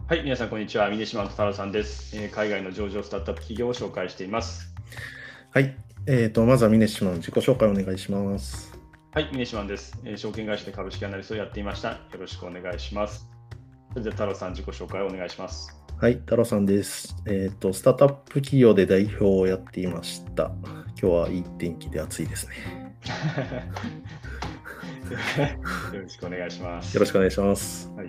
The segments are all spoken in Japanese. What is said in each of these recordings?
はい、皆さん、こんにちは。峰島太郎さんです。海外の上場スタートアップ企業を紹介しています。 はい。まずは峰島の自己紹介をお願いします。 はい、峰島です。証券会社で株式アナリストをやっていました。よろしくお願いします。それでは太郎さん、自己紹介をお願いします。 はい、太郎さんです。スタートアップ企業で代表をやっていました。今日はいい天気で暑いですね。 よろしくお願いします。 よろしくお願いします。 はい。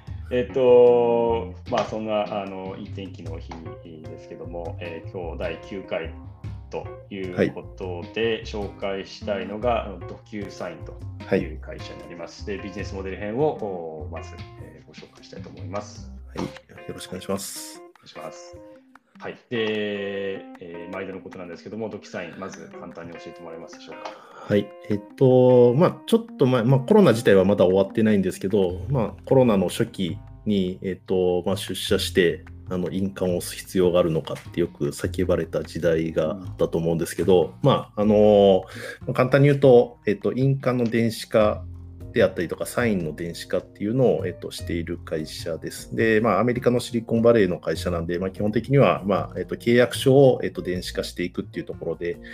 そんないい天気の日ですけども、今日第9回ということで紹介したいのが、ドキュサインという会社になります。で、ビジネスモデル編をまず、ご紹介したいと思います。 はい、よろしくお願いします。 お願いします。はい。で、毎度のことなんですけども、ドキュサイン、まず簡単に教えてもらえますでしょうか。 はい。ちょっと前、コロナ自体はまだ終わってないんですけど、コロナの初期に、出社して、印鑑を押す必要があるのかってよく叫ばれた時代があったと思うんですけど、簡単に言うと、印鑑の電子化であったりとか、サインの電子化っていうのを、している会社です。で、アメリカのシリコンバレーの会社なんで、基本的には、契約書を、電子化していくっていうところで、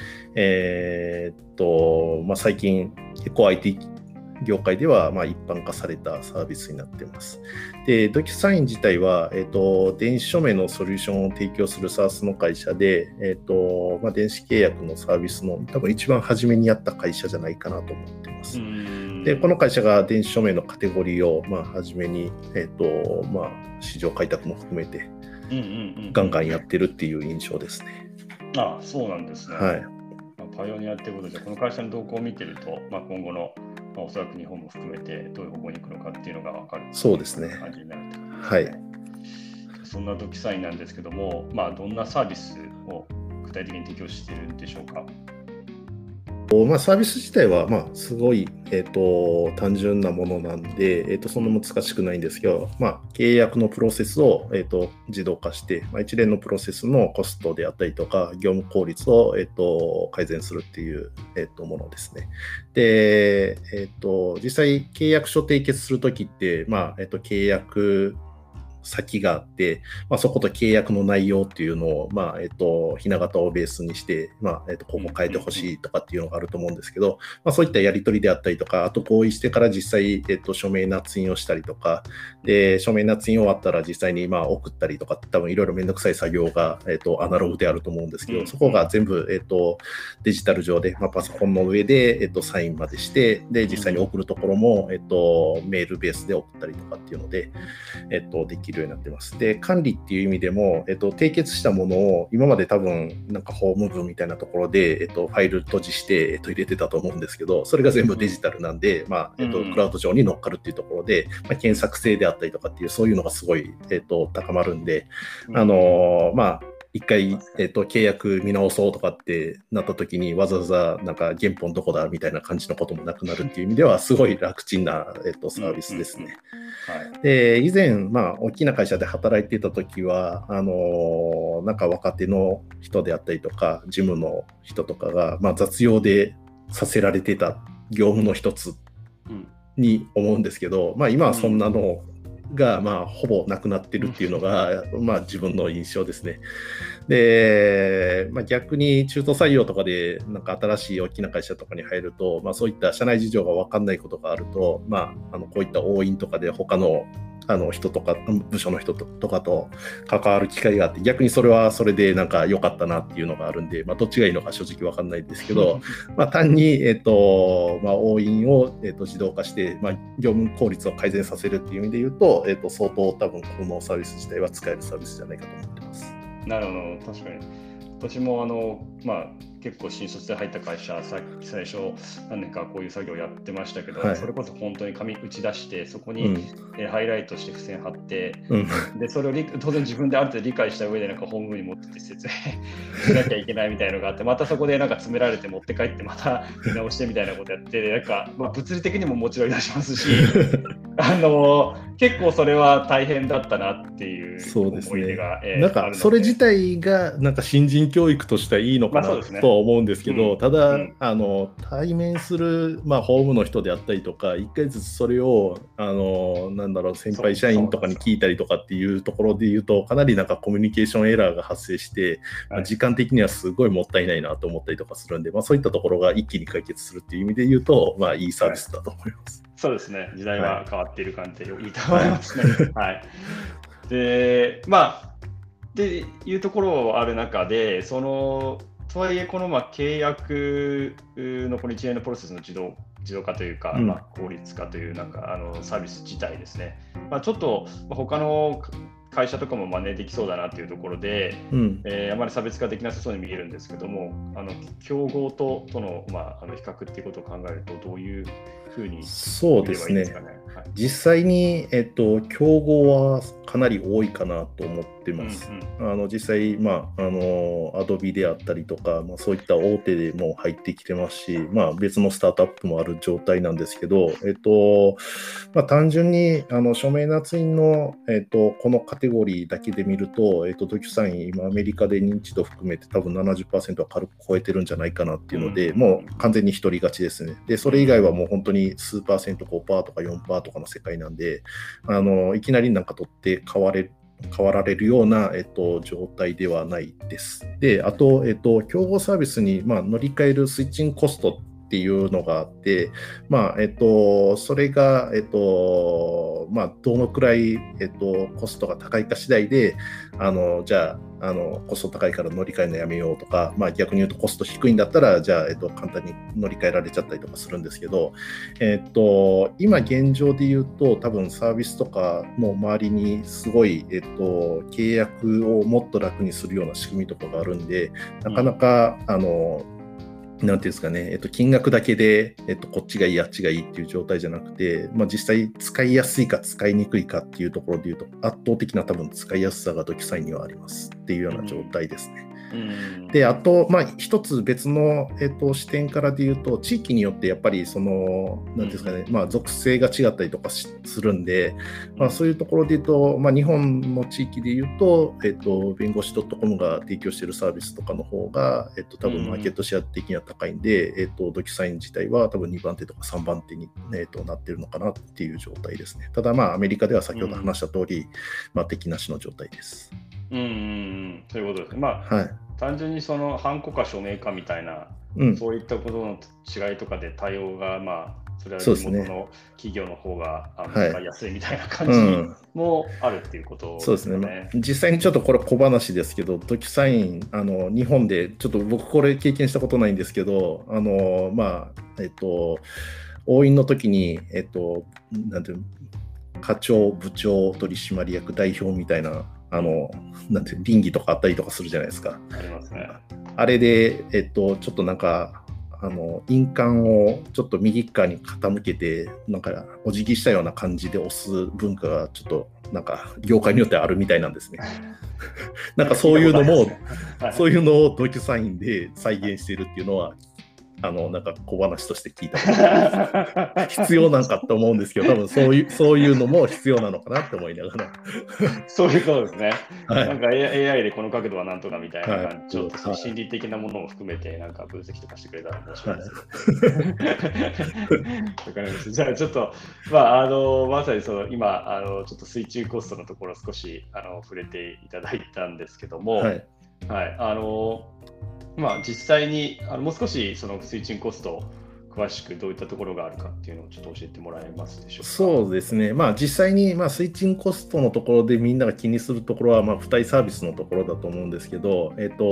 最近、結構 IT業界では一般化されたサービスになっています。で、ドキュサイン自体は、電子署名のソリューションを提供する SaaS の会社で、電子契約のサービスの多分一番初めにやった会社じゃないかなと思っています。で、この会社が電子署名のカテゴリーを、初めに、市場開拓も含めて、ガンガンやってるっていう印象ですね。 あ、そうなんですね。 はい。 パイオニアということで、この会社の動向を見てると、今後の、おそらく日本も含めてどういう方向に行くのかっていうのが分かるそうですね。 感じになるということですね。 はい。 そんなドキュサインなんですけども、どんなサービスを具体的に提供しているんでしょうか。 サービス自体は、すごい、単純なものなんで、そんな難しくないんですけど、契約のプロセスを、自動化して、一連のプロセスのコストであったりとか、業務効率を、改善するっていう、ものですね。で、実際、契約書締結するときって、契約先があって、そこと契約の内容っていうのを、ひな形をベースにして、ここ変えてほしいとかっていうのがあると思うんですけど、そういったやり取りであったりとか、あと合意してから実際、署名捺印をしたりとか、で、署名捺印終わったら実際に送ったりとか、多分いろいろめんどくさい作業が、アナログであると思うんですけど、そこが全部、デジタル上で、パソコンの上で、サインまでして、で、実際に送るところも、メールベースで送ったりとかっていうので、できるようになってます。で、管理っていう意味でも、締結したものを今まで多分なんか法務部みたいなところで、ファイル閉じして、入れてたと思うんですけど、それが全部デジタルなんで、クラウド上に乗っかるっていうところで、検索性であったりとかっていうそういうのがすごい、高まるんで、一回、契約見直そうとかってなった時にわざわざなんか原本どこだみたいな感じのこともなくなるっていう意味ではすごい楽ちんな、サービスですね。で、以前、大きな会社で働いていた時は、なんか若手の人であったりとか、事務の人とかが、雑用でさせられてた業務の一つに思うんですけど、今はそんなのが、ほぼなくなってるっていうのが、自分の印象ですね。で、逆に中途採用とかで、なんか新しい大きな会社とかに入ると、そういった社内事情が分かんないことがあると、こういった応印とかで他の人とか部署の人とかと関わる機会があって、逆にそれはそれでなんか良かったなっていうのがあるんで、どっちがいいのか正直分かんないんですけど単に、応印を、自動化して、業務効率を改善させるっていう意味で言うと、相当多分このサービス自体は使えるサービスじゃないかと思ってます。 なるほど、確かに。私も結構新卒で入った会社、最初何年かこういう作業をやってましたけど、それこそ本当に紙打ち出して、そこに、ハイライトして付箋貼って、でそれを当然自分である程度理解した上でなんか本部に持ってって説明しなきゃいけないみたいなのがあって、またそこでなんか詰められて持って帰ってまた見直してみたいなことやって、なんか、物理的にももちろんいらっしゃいますし結構それは大変だったなっていう思い出が、 なんかそれ自体がなんか新人教育としてはいいのかなとは思うんですけど、ただ、対面する、法務の人であったりとか、1回ずつそれを先輩社員とかに聞いたりとかっていうところで言うと、かなりなんかコミュニケーションエラーが発生して、時間的にはすごいもったいないなと思ったりとかするんで、そういったところが一気に解決するっていう意味で言うと、いいサービスだと思います。 そうですね、時代は変わっている感じでいいと思いますね。で、っていうところある中で、とはいえ、この契約のこの一連のプロセスの自動化というか、効率化というサービス自体ですね、ちょっと他の会社とかも真似できそうだなというところで、あまり差別化できなさそうに見えるんですけども、競合との、比較っていうことを考えると、どういうふうに見ればいいですかね。 そうですね。実際に、競合はかなり多いかなと思ってます。実際、Adobe であったりとか、そういった大手でも入ってきてますし、別のスタートアップもある状態なんですけど、単純に署名捺印の、このカテゴリーだけで見ると、ドキュサイン、今アメリカで認知度含めて多分 70% は軽く超えてるんじゃないかなっていうので、もう完全に一人勝ちですね。で、それ以外はもう本当に数パーセント、5% とか 4% とかの世界なんで、いきなり取って変わられるような、状態ではないです。で、あと、競合サービスに、乗り換えるスイッチングコストっていうのがあって、それが、どのくらい、コストが高いか次第で、じゃあ、コスト高いから乗り換えるのやめようとか、逆に言うとコスト低いんだったら、じゃあ、簡単に乗り換えられちゃったりとかするんですけど、今現状で言うと、多分サービスとかの周りにすごい、契約をもっと楽にするような仕組みとかがあるんで、なかなか、なんていうんですかね、金額だけで、こっちがいい、あっちがいいっていう状態じゃなくて、実際使いやすいか使いにくいかっていうところで言うと、圧倒的な多分使いやすさがドキュサインにはありますっていうような状態ですね。で、あと、一つ別の、視点からで言うと、地域によってやっぱりなんていうんですかね、属性が違ったりとかするんで、そういうところで言うと、日本の地域で言うと、弁護士 .com が提供しているサービスとかの方が、多分マーケットシェア的には高いんで、ドキュサイン自体は多分2番手とか3番手に、なっているのかなっていう状態ですね。ただ、アメリカでは先ほど話した通り、敵なしの状態です。 そういうことですね。単純にハンコか署名かみたいな、そういったことの違いとかで対応が、それは地元の企業の方が使いやすいみたいな感じもあるっていうことですね。 そうですね。実際にちょっとこれ小話ですけど、ドキュサイン、日本で、ちょっと僕これ経験したことないんですけど、押印の時に、なんていう課長、部長、取締役、代表みたいな、なんて倫理とかあったりとかするじゃないですか。 ありますね。 あれで、ちょっと印鑑をちょっと右側に傾けて、お辞儀したような感じで押す文化がちょっと業界によってあるみたいなんですね。そういうのも、そういうのをドキュサインで再現しているっていうのは、小話として聞いた必要なんかと思うんですけど、多分そういうのも必要なのかなって思いながらそういうことですね。AI でこの角度はなんとかみたいな感じ、ちょっと心理的なものも含めて分析とかしてくれたら面白いですわかります。じゃあちょっとまさに今ちょっと水中コストのところ少し触れていただいたんですけども、実際にもう少し水中コスト詳しくどういったところがあるかっていうのをちょっと教えてもらえますでしょうか。 そうですね。実際にスイッチングコストのところでみんなが気にするところは付帯サービスのところだと思うんですけど、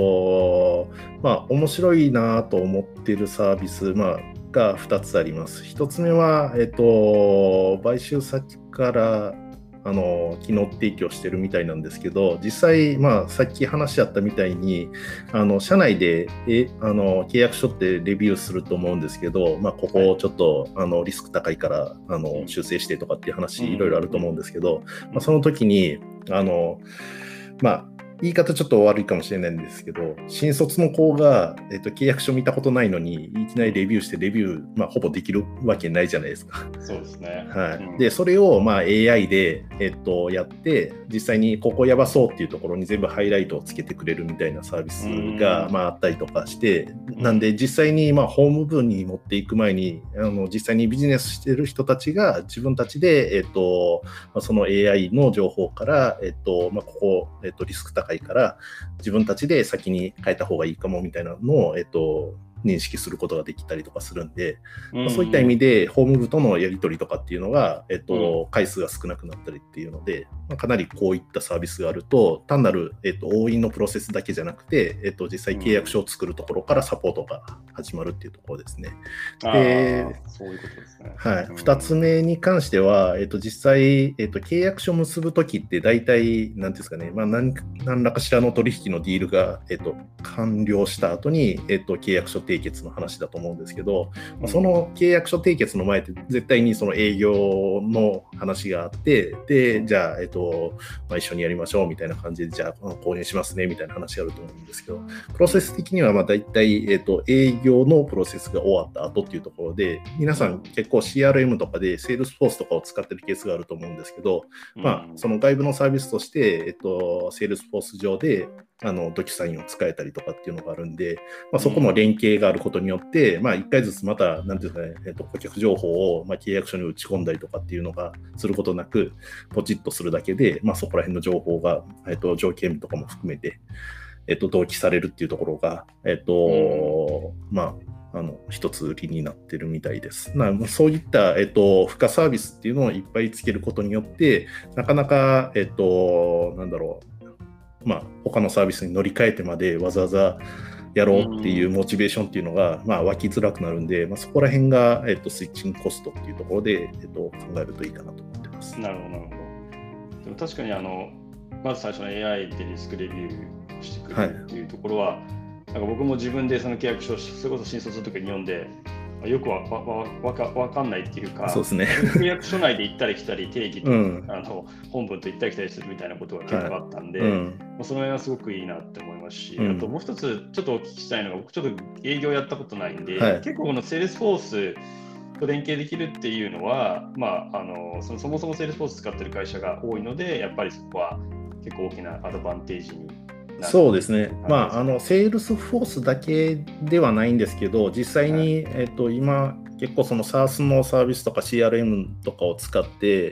面白いなと思っているサービス、が2つあります。1つ目は、買収先から機能提供してるみたいなんですけど、実際、さっき話し合ったみたいに社内で契約書ってレビューすると思うんですけど、ここちょっとリスク高いから修正してとかっていう話いろいろあると思うんですけど、その時に言い方ちょっと悪いかもしれないんですけど、新卒の子が、契約書見たことないのに、いきなりレビューして、レビュー、ほぼできるわけないじゃないですか。 そうですね。 はい。で、それを、AI で、やって、実際にここやばそうっていうところに全部ハイライトをつけてくれるみたいなサービスが、あったりとかして、なんで、実際に、ホーム部に持っていく前に、実際にビジネスしてる人たちが自分たちで、その AI の情報から、ここ、リスク高いから自分たちで先に変えた方がいいかもみたいなのを、認識することができたりとかするんで、そういった意味でホーム部とのやり取りとかっていうのが、回数が少なくなったりっていうので、かなりこういったサービスがあると単なる、押印のプロセスだけじゃなくて、実際契約書を作るところからサポートが始まるっていうところですね。 で、そういうことですね。 はい。2つ目に関しては、実際、契約書を結ぶときって大体、なんですかね、何らかしらの取引のディールが、完了した後に、契約書締結の話だと思うんですけど、その契約書締結の前って絶対にその営業の話があって、で、じゃあ、一緒にやりましょうみたいな感じで、じゃあ、購入しますねみたいな話があると思うんですけど、プロセス的には大体、営業のプロセスが終わった後っていうところで、皆さん結構 CRM とかで Salesforce とかを使ってるケースがあると思うんですけど、その外部のサービスとして、Salesforce 上でドキュサインを使えたりとかっていうのがあるんで、そこの連携があることによって、1回ずつまた、なんていうかね、顧客情報を契約書に打ち込んだりとかっていうのがすることなく、ポチッとするだけで、そこら辺の情報が、条件とかも含めて、同期されるっていうところが、一つ売りになってるみたいです。そういった、付加サービスっていうのをいっぱいつけることによって、なかなか、他のサービスに乗り換えてまでわざわざやろうっていうモチベーションっていうのが、湧きづらくなるんで、そこら辺が、スイッチングコストっていうところで、考えるといいかなと思ってます。 なるほど、なるほど。でも確かにまず最初の AI でリスクレビューしてくるっていうところは、なんか僕も自分でその契約書をそれこそ新卒の時に読んで、よくわかんないっていうか、 そうですね、 契約書内で行ったり来たり、定義と、本文と行ったり来たりするみたいなことが結構あったんで、その辺はすごくいいなって思いますし、あともう一つちょっとお聞きしたいのが、僕ちょっと営業やったことないんで、結構この Salesforce と連携できるっていうのは、そもそも Salesforce 使ってる会社が多いので、やっぱりそこは結構大きなアドバンテージに。 そうですね、セールスフォースだけではないんですけど、実際に、今、結構その SaaS のサービスとか CRM とかを使って、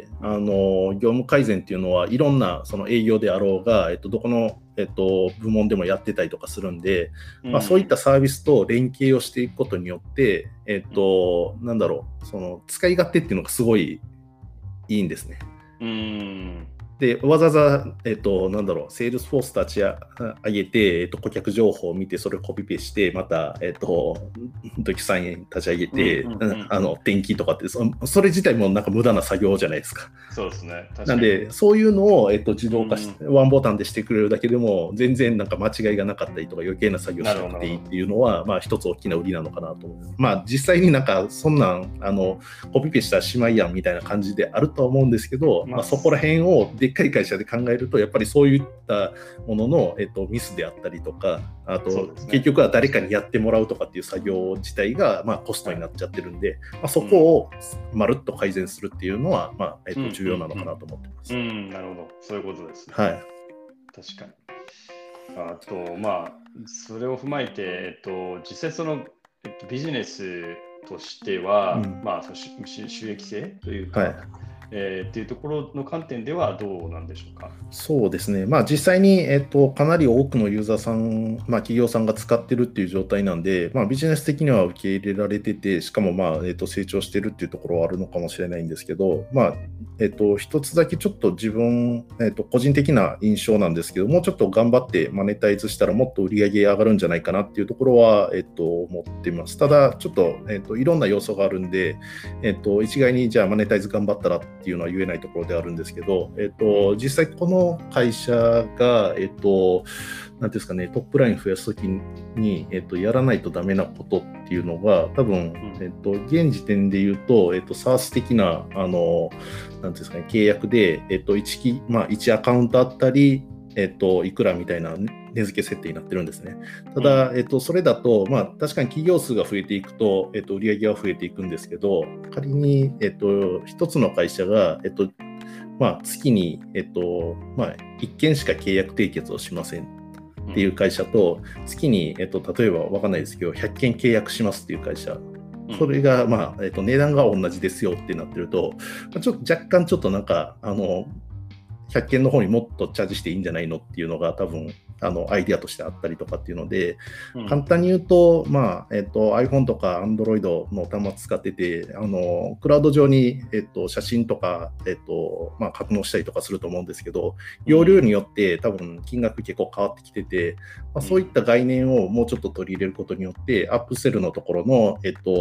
業務改善っていうのはいろんなその営業であろうが、どこの、部門でもやってたりとかするんで、そういったサービスと連携をしていくことによって、その使い勝手っていうのがすごいいいんですね。でわざわざ、セールスフォース立ち上げて、顧客情報を見て、それをコピペして、また、ドキュサイン立ち上げて、転記とかって、それ自体もなんか無駄な作業じゃないですか。 そうですね。 なんで、そういうのを、自動化して、ワンボタンでしてくれるだけでも、全然なんか間違いがなかったりとか、余計な作業しなくていいっていうのは、一つ大きな売りなのかなと思います。実際になんか、そんなん、コピペしたらしまいやんみたいな感じであるとは思うんですけど、そこら辺を、でっかい会社で考えると、やっぱりそういったものの、ミスであったりとか、あと、結局は誰かにやってもらうとかっていう作業自体が、コストになっちゃってるんで、そこをまるっと改善するっていうのは、重要なのかなと思ってます。 なるほど、そういうことですね。 はい。 確かに。あと、それを踏まえて、実際その、ビジネスとしては、収益性というか、っていうところの観点ではどうなんでしょうか。 そうですね、実際に、かなり多くのユーザーさん、企業さんが使ってるっていう状態なんで、ビジネス的には受け入れられてて、しかも、成長してるっていうところはあるのかもしれないんですけど、一つだけちょっと自分、個人的な印象なんですけど、もうちょっと頑張ってマネタイズしたらもっと売り上げ上がるんじゃないかなっていうところは、思っています。ただ、ちょっと、いろんな要素があるんで、一概にじゃあマネタイズ頑張ったらっていうのは言えないところであるんですけど、実際この会社が、なんていうんですかね、トップライン増やすときに、やらないとダメなことっていうのが、多分、現時点で言うと、SaaS 的な、なんていうんですかね、契約で、1アカウントあったり、 いくらみたいな値付け設定になってるんですね。ただ、それだと、まあ、確かに企業数が増えていくと、売上は増えていくんですけど、仮に、一つの会社が、まあ、月に、まあ、1件しか契約締結をしませんっていう会社と、月に、例えば分かんないですけど、100件契約しますっていう会社、それが、まあ値段が同じですよってなってると、ちょっと若干ちょっとなんか、100件の方にもっとチャージしていいんじゃないのっていうのが多分アイディアとしてあったりとかっていうので、簡単に言うと、まあiPhone とか Android の端末使っててクラウド上に、写真とか、まあ、格納したりとかすると思うんですけど、容量によって多分金額結構変わってきてて、まあ、そういった概念をもうちょっと取り入れることによってアップセルのところの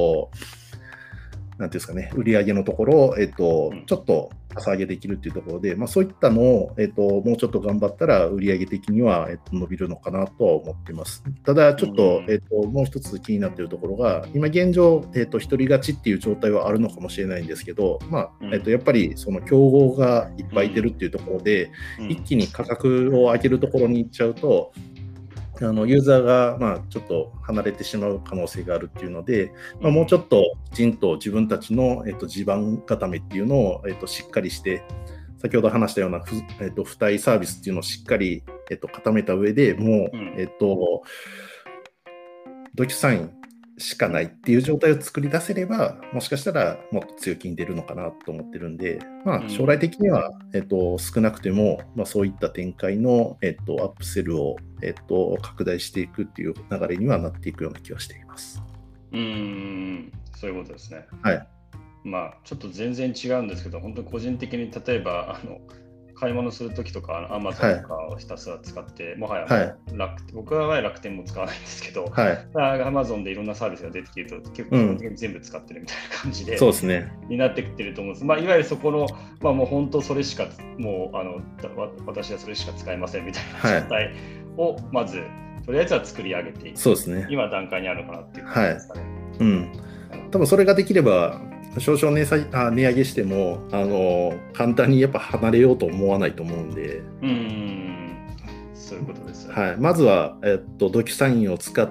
なんていうんですかね、売上のところを、ちょっと朝上げできるっていうところで、まあ、そういったのを、もうちょっと頑張ったら売上的には、伸びるのかなとは思っています。ただ、ちょっと、もう一つ気になっているところが、今現状、一人勝ちっていう状態はあるのかもしれないんですけど、まあやっぱりその競合がいっぱいいてるっていうところで、一気に価格を上げるところに行っちゃうと、ユーザーがまあちょっと離れてしまう可能性があるっていうので、まあ、もうちょっときちんと自分たちの地盤固めっていうのをしっかりして、先ほど話したような付帯サービスっていうのをしっかり固めた上でもうドキュサインしかないっていう状態を作り出せれば、もしかしたらもっと強気に出るのかなと思ってるんで、まあ、将来的には、少なくても、まあ、そういった展開の、アップセルを、拡大していくっていう流れにはなっていくような気はしています。 そういうことですね。 はい。 まあ、ちょっと全然違うんですけど、本当に個人的に例えば買い物するときとかAmazon とかをひたすら使って、もはやもう僕は楽天も使わないんですけど、Amazon でいろんなサービスが出てきると結構基本的に全部使ってるみたいな感じで、 そうですね、 になってきてると思うんです。まあ、いわゆるそこの、まあ、もう本当それしかもう私はそれしか使えませんみたいな状態をまずとりあえずは作り上げていく。 そうですね。 今段階にあるのかなっていう感じですかね。 多分それができれば少々値上げしても簡単にやっぱ離れようと思わないと思うんで、 そういうことです、 はい、まずは、ドキュサインを使って、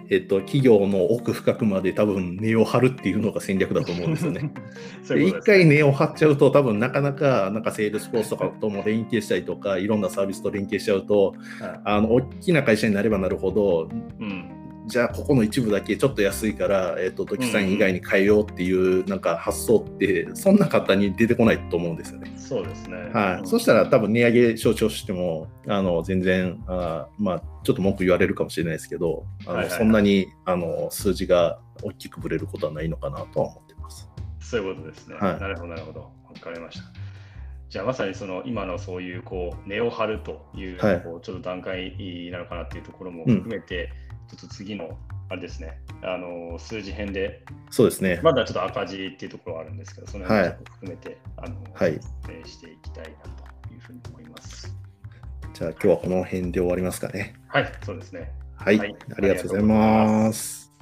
企業の奥深くまで多分根を張るっていうのが戦略だと思うんですよね。一回根を張っちゃうと多分なかなかセールスフォースとかとも連携したりとかいろんなサービスと連携しちゃうと、大きな会社になればなるほど、じゃあここの一部だけちょっと安いからドキュサイン以外に変えようっていうなんか発想ってそんな簡単に出てこないと思うんですよね。 そうですね。 はい。そしたら多分値上げ少々しても全然まあちょっと文句言われるかもしれないですけどそんなに数字が大きくぶれることはないのかなとは思ってます。 そういうことですね。なるほどなるほど。わかりました。じゃあまさにその今のそういう根を張るというちょっと段階なのかなっていうところも含めて、ちょっと次のあれですね、数字編で、 そうですね。 まだちょっと赤字っていうところはあるんですけど、その辺をちょっと含めて、説明していきたいなというふうに思います。 じゃあ今日はこの辺で終わりますかね。 はい、そうですね。 はい、ありがとうございます。